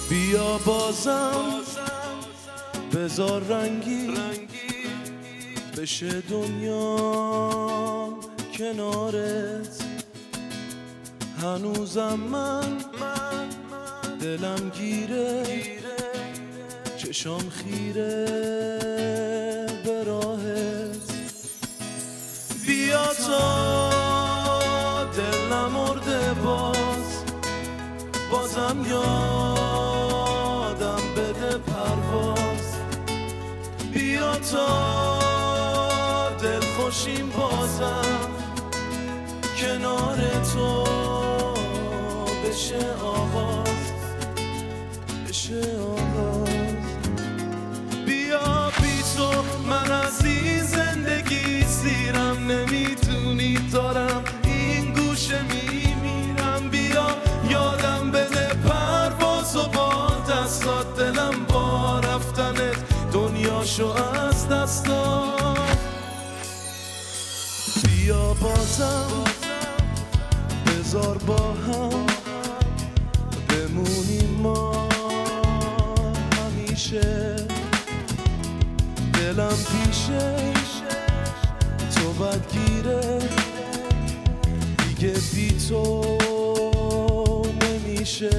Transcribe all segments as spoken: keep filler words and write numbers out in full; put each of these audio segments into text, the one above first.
بیا بازم بذار رنگی بشه دنیا کنارت. هنوزم من دلم گیره، چشام خیره به راهت. بیا تا دل نمرده باز، بازم یادم بده پرواز. بیا تا دل خوشیم بازم کنار تو بشه آغاز، بشه آغاز. بیا بی تو من از این زندگی سیرم، نمیتونی دارم این گوشه میمیرم. بیا یادم بده پرواز و با دستات دلم با رفتنت دنیاشو از دستات. بیا بازم بذار با هم بمونیم ما همیشه. دلم پیشه تو بدگیره، دیگه بی تو نمیشه.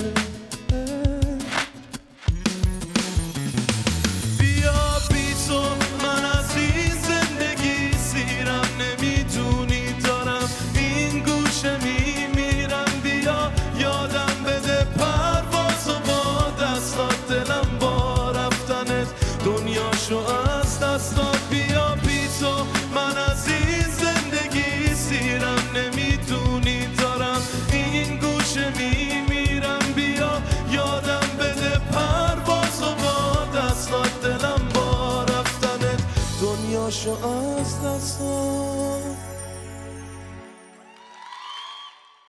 بیا بی تو من از این زندگی سیرم، نمیدونی دارم این گوشه میمیرم. بیا یادم بده پرواز و با دستات دلم با رفتنت دنیاشو از دستات. بیا بی تو من از این زندگی سیرم، نمیدونی دارم این گوشه میمیرم. بیا یادم بده پرواز و با دستات دلم با رفتنت دنیاشو از دستات.